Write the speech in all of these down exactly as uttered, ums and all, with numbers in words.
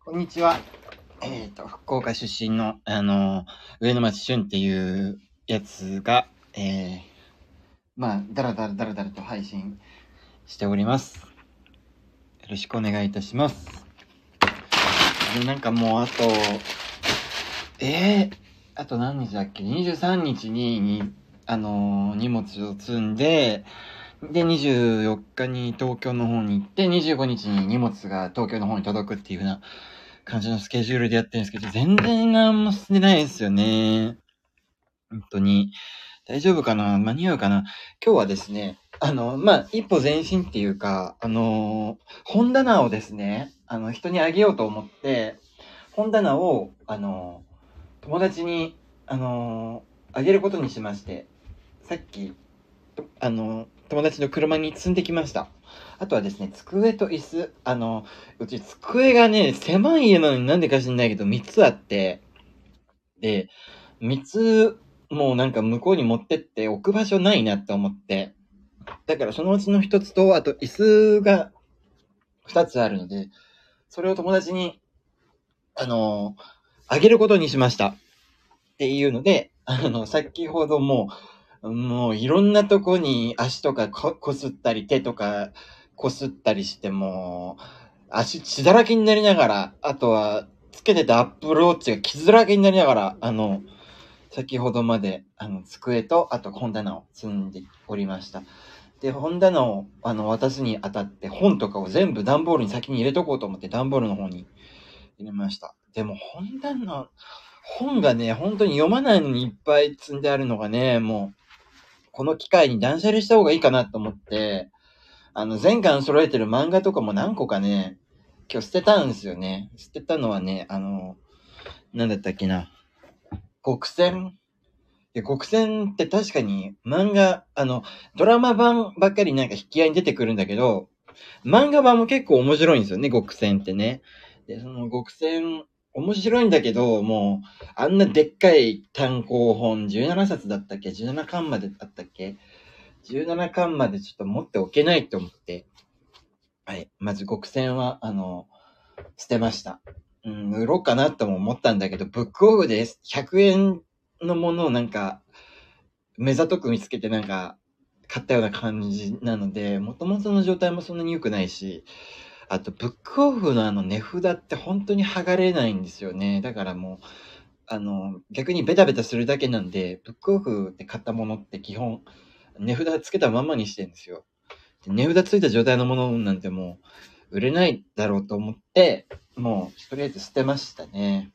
こんにちは。えっ、と、福岡出身の、あの、上野町俊っていうやつが、えー、まあ、だらだらだらだらと配信しております。よろしくお願いいたします。で、なんかもう、あと、えー、あと何日だっけ ?にじゅうさんにちに、に、あのー、荷物を積んで、で、にじゅうよっかに東京の方に行って、にじゅうごにちに荷物が東京の方に届くっていう風な感じのスケジュールでやってるんですけど、全然何も進んでないですよね。本当に。大丈夫かな間に合うかな今日はですね、あの、まあ、一歩前進っていうか、あの、本棚をですね、あの、人にあげようと思って、本棚を、あの、友達に、あの、あげることにしまして、さっき、あの、友達の車に積んできました。あとはですね、机と椅子。あの、うち机がね、狭い家なのになんでか知んないけど、みっつあって、で、みっつ、もうなんか向こうに持ってって置く場所ないなって思って、だからそのうちのひとつと、あと椅子がふたつあるので、それを友達に、あの、あげることにしました。っていうので、あの、先ほどもう、もういろんなとこに足とかこ、こすったり、手とかこすったりして、もう、足血だらけになりながら、あとは、つけてたアップルウォッチが傷だらけになりながら、あの、先ほどまで、あの、机と、あと本棚を積んでおりました。で、本棚を、あの、渡すにあたって、本とかを全部段ボールに先に入れとこうと思って、段ボールの方に入れました。でも、本棚、本がね、本当に読まないのにいっぱい積んであるのがね、もう、この機会に断捨離した方がいいかなと思って、あの、全巻揃えてる漫画とかも何個かね、今日捨てたんですよね。捨てたのはね、あの、なんだったっけな。極戦で、極戦って確かに漫画、あの、ドラマ版ばっかりなんか引き合いに出てくるんだけど、漫画版も結構面白いんですよね、極戦ってね。で、その極戦、面白いんだけど、もう、あんなでっかい単行本、じゅうななさつだったっけ ?じゅうなな 巻まであったっけ ?じゅうなな 巻までちょっと持っておけないと思って、はい。まず極戦は、あの、捨てました。うん、売ろうかなとも思ったんだけど、ブックオフでひゃくえんのものをなんか、目ざとく見つけてなんか、買ったような感じなので、元々の状態もそんなに良くないし、あと、ブックオフのあの値札って本当に剥がれないんですよね。だからもう、あの、逆にベタベタするだけなんで、ブックオフで買ったものって基本、値札つけたままにしてるんですよ。で値札ついた状態のものなんてもう、売れないだろうと思って、もう、とりあえず捨てましたね。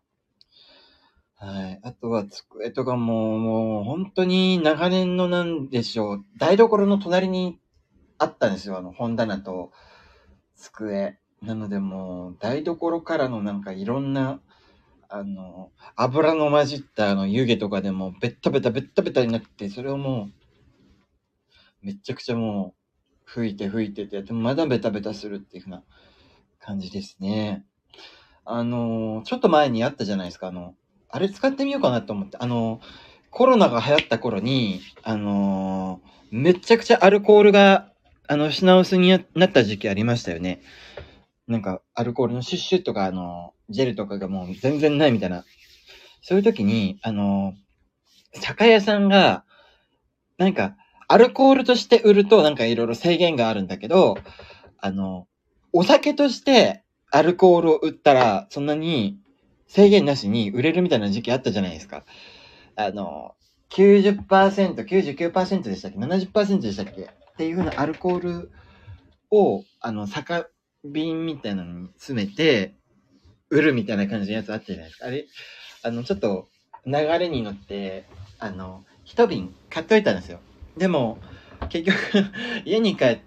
はい。あとは机とかも、もう本当に長年のなんでしょう。台所の隣にあったんですよ。あの本棚と机。なのでもう台所からのなんかいろんな、あの、油の混じったあの湯気とかでもベッタベタベッタベタになって、それをもうめっちゃくちゃもう拭いて拭いてて、でもまだベタベタするっていう風な感じですね。あの、ちょっと前にあったじゃないですか。あの、あれ使ってみようかなと思って。あの、コロナが流行った頃に、あのーめちゃくちゃアルコールが、あの、品薄になった時期ありましたよね。なんか、アルコールのシュッシュとか、あの、ジェルとかがもう全然ないみたいな。そういう時に、あのー酒屋さんが、なんか、アルコールとして売るとなんかいろいろ制限があるんだけど、あの、お酒としてアルコールを売ったら、そんなに制限なしに売れるみたいな時期あったじゃないですか。あの、きゅうじゅっパーセント、きゅうじゅうきゅうパーセントでしたっけ ?ななじゅっパーセント でしたっけっていう風なアルコールを、あの、酒瓶みたいなのに詰めて、売るみたいな感じのやつあったじゃないですか。あれ、あの、ちょっと流れに乗って、あの、一瓶買っといたんですよ。でも、結局家に帰って、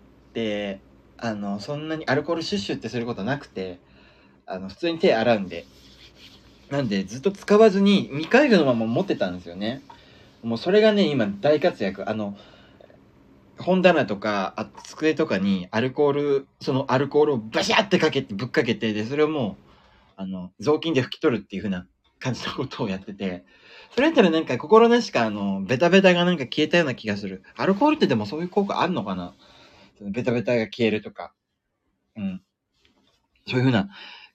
あの、そんなにアルコールシュッシュってすることなくて、あの、普通に手洗うんで。なんで、ずっと使わずに未開封のまま持ってたんですよね。もうそれがね、今大活躍。あの、本棚とか、あ机とかにアルコール、そのアルコールをバシャってかけて、ぶっかけて、で、それをもう、あの、雑巾で拭き取るっていう風な感じのことをやってて、それやったらなんか心なしか、あの、ベタベタがなんか消えたような気がする。アルコールってでもそういう効果あるのかなそのベタベタが消えるとか。うん。そういう風な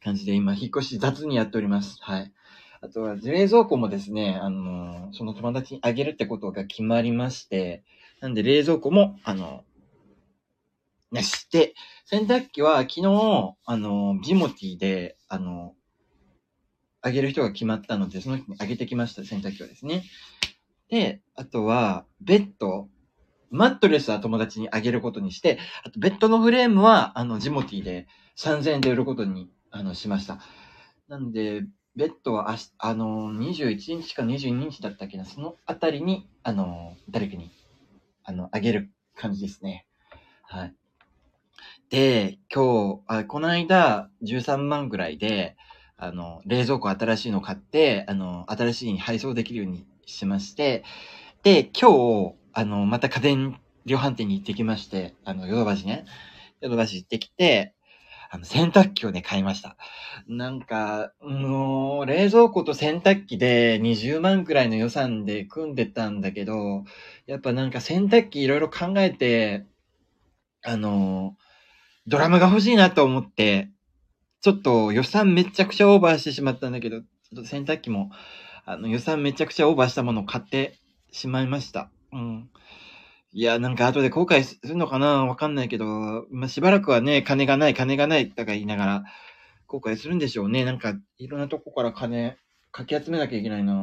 感じで今、引っ越し雑にやっております。はい。あとは、冷蔵庫もですね、あの、その友達にあげるってことが決まりまして、なんで冷蔵庫も、あの、なしで、洗濯機は昨日、あの、ジモティーで、あの、あげる人が決まったので、その人にあげてきました、洗濯機はですね。で、あとは、ベッド、マットレスは友達にあげることにして、あとベッドのフレームは、あの、ジモティーでさんぜんえんで売ることに、あの、しました。なんで、ベッドはあし、あの、にじゅういちにちかにじゅうににちだったっけな、そのあたりに、あの、誰かに、あの、あげる感じですね。はい。で、今日、あ、この間、じゅうさんまんぐらいで、あの、冷蔵庫新しいの買って、あの、新しいに配送できるようにしまして、で、今日、あの、また家電量販店に行ってきまして、あの、ヨドバシね。ヨドバシ行ってきて、あの、洗濯機をね、買いました。なんか、もう、冷蔵庫と洗濯機でにじゅうまんくらいの予算で組んでたんだけど、やっぱなんか洗濯機いろいろ考えて、あの、ドラムが欲しいなと思って、ちょっと予算めちゃくちゃオーバーしてしまったんだけど、ちょっと洗濯機も、あの、予算めちゃくちゃオーバーしたものを買ってしまいました。うん。いや、なんか後で後悔するのかなわかんないけど、まあ、しばらくはね、金がない、金がないとか言いながら、後悔するんでしょうね。なんか、いろんなとこから金、かき集めなきゃいけないな。うん、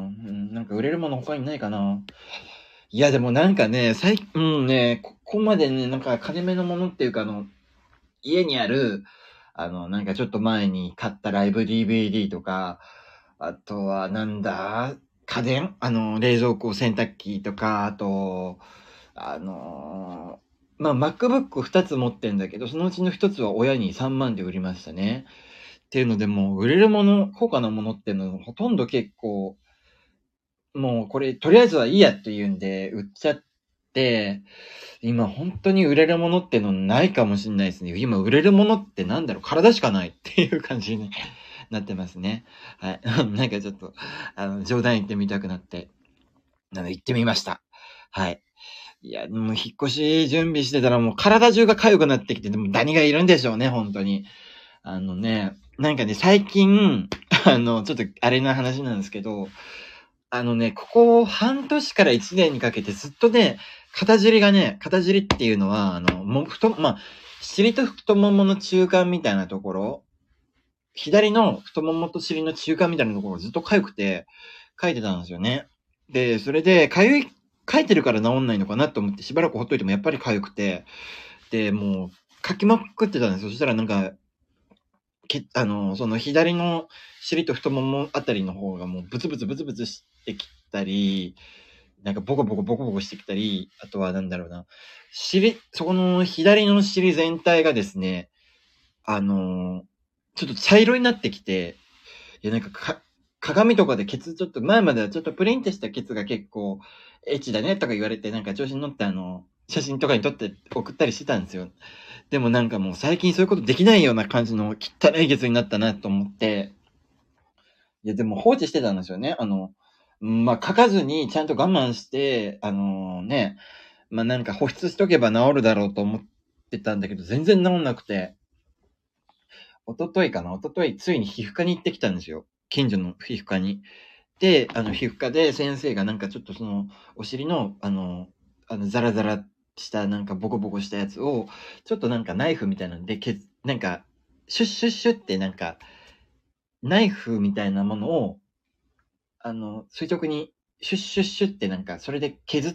なんか売れるもの他にないかな。いや、でもなんかね、最近、うんね、ここまでね、なんか金目のものっていうか、あの、家にある、あの、なんかちょっと前に買ったライブ ディーブイディー とか、あとはなんだ、家電あの、冷蔵庫、洗濯機とか、あと、あのーまあ、MacBook ふたつ持ってんだけど、そのうちのひとつは親にさんまんで売りましたね。っていうので、もう売れるもの、高価なものっていうのはほとんど結構、もうこれとりあえずはいいやっていうんで売っちゃって、今本当に売れるものってのないかもしれないですね。今売れるものってなんだろう、体しかないっていう感じになってますね。はい。なんかちょっと、あの、冗談言ってみたくなって、なので行ってみました。はい。いや、もう引っ越し準備してたらもう体中が痒くなってきて、でも何がいるんでしょうね、本当に。あのね、なんかね、最近、あの、ちょっとあれな話なんですけど、あのね、ここ半年からいちねんにかけてずっとね、肩尻がね、肩尻っていうのは、あの、も、太、まあ、尻と太ももの中間みたいなところ、左の太ももと尻の中間みたいなところがずっと痒くて、書いてたんですよね。で、それで、痒い、書いてるから治んないのかなと思ってしばらくほっといてもやっぱり痒くて、で、もう、書きまくってたんですよ。そしたらなんか、け、あの、その左の尻と太ももあたりの方がもうブツブツブツブツしてきたり、なんかボコボコボコボコしてきたり、あとはなんだろうな、尻、そこの左の尻全体がですね、あの、ちょっと茶色になってきて、いやなんかか、鏡とかでケツちょっと、前まではちょっとプリンってしたケツが結構エッチだねとか言われて、なんか調子に乗ってあの、写真とかに撮って送ったりしてたんですよ。でもなんかもう最近そういうことできないような感じの汚いケツになったなと思って、いやでも放置してたんですよね。あの、まあ、書かずにちゃんと我慢して、あのね、まあ、なんか保湿しとけば治るだろうと思ってたんだけど、全然治んなくて、一昨日かな一昨日ついに皮膚科に行ってきたんですよ。近所の皮膚科に。で、あの、皮膚科で先生がなんかちょっとその、お尻の、あの、あの、ザラザラしたなんかボコボコしたやつを、ちょっとなんかナイフみたいなんで、けなんか、シュッシュッシュッってなんか、ナイフみたいなものを、あの、垂直にシュッシュッシュッってなんか、それで削って、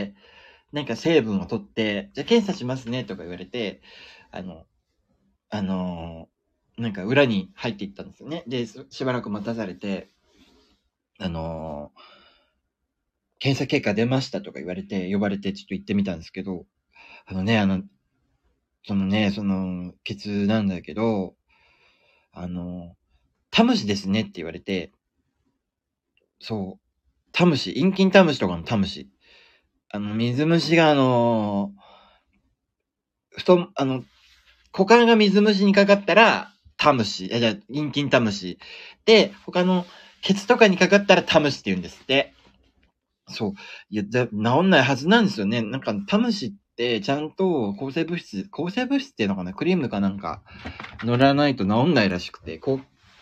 なんか成分を取って、じゃあ検査しますねとか言われて、あの、あのーなんか裏に入っていったんですよね。で、しばらく待たされて、あのー検査結果出ましたとか言われて、呼ばれてちょっと行ってみたんですけど、あのね、あの、そのね、その、ケツなんだけど、あの、タムシですねって言われて、そう、タムシ、陰菌タムシとかのタムシ。あの、水虫があのー、太も、あの、股間が水虫にかかったら、タムシ。あ、じゃあ、陰菌タムシ。で、他の、ケツとかにかかったらタムシって言うんですって。そう。いや、治んないはずなんですよね。なんか、タムシって、ちゃんと抗生物質、抗生物質っていうのかなクリームかなんか、塗らないと治んないらしくて、こう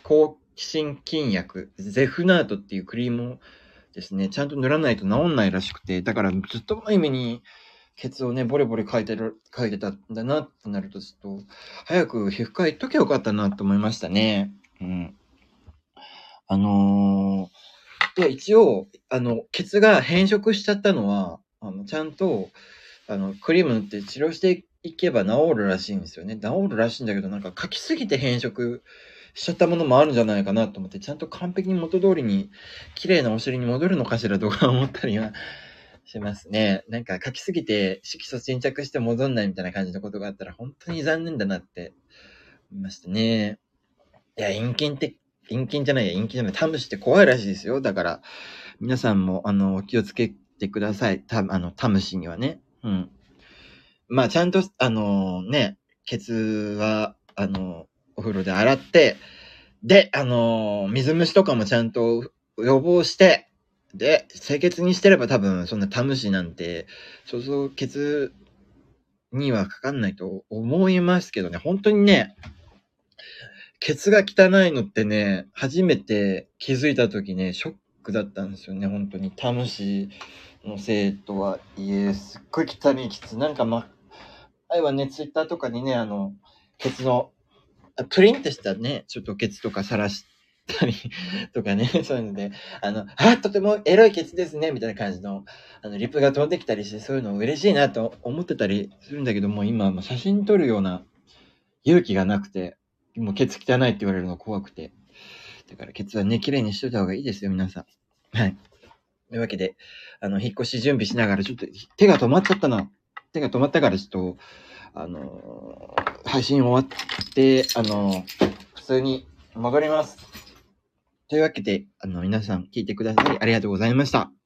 抗心筋薬、ゼフナートっていうクリームをですね、ちゃんと塗らないと治んないらしくて、だからずっと前目にケツをね、ボリボリ書いてる、書いてたんだなってなると、ちょっと、早く皮膚科行っときゃよかったなと思いましたね。うん。あのー、いや、一応、あの、ケツが変色しちゃったのは、あの、ちゃんと、あの、クリーム塗って治療していけば治るらしいんですよね。治るらしいんだけど、なんか書きすぎて変色しちゃったものもあるんじゃないかなと思って、ちゃんと完璧に元通りに、綺麗なお尻に戻るのかしらとか思ったりはしますね。なんか書きすぎて色素沈着して戻んないみたいな感じのことがあったら本当に残念だなって思いましたね。いや、陰菌って、陰菌じゃないや、陰菌じゃない、タムシって怖いらしいですよ。だから、皆さんも、あの、気をつけてください。た、あの、タムシにはね。うん。まあ、ちゃんと、あのね、ケツは、あの、お風呂で洗って、で、あの、水虫とかもちゃんと予防して、で、清潔にしてれば多分、そんなタムシなんて、そうそう、ケツにはかかんないと思いますけどね、本当にね、ケツが汚いのってね、初めて気づいた時ね、ショックだったんですよね、本当に。タムシのせいとはいえ、すっごい汚いケツ。なんかま、前はね、ツイッターとかにね、あの、ケツの、プリンってしたね、ちょっとケツとか晒したりとかね、そういうので、あの、あ、とてもエロいケツですね、みたいな感じの、あの、リプが飛んできたりして、そういうの嬉しいなと思ってたりするんだけども、今、写真撮るような勇気がなくて、もうケツ汚いって言われるの怖くて。だからケツはね、綺麗にしといた方がいいですよ、皆さん。はい。というわけで、あの、引っ越し準備しながら、ちょっと手が止まっちゃったな。手が止まったから、ちょっと、あのー、配信終わって、あのー、普通に戻ります。というわけで、あの、皆さん聞いてくださりありがとうございました。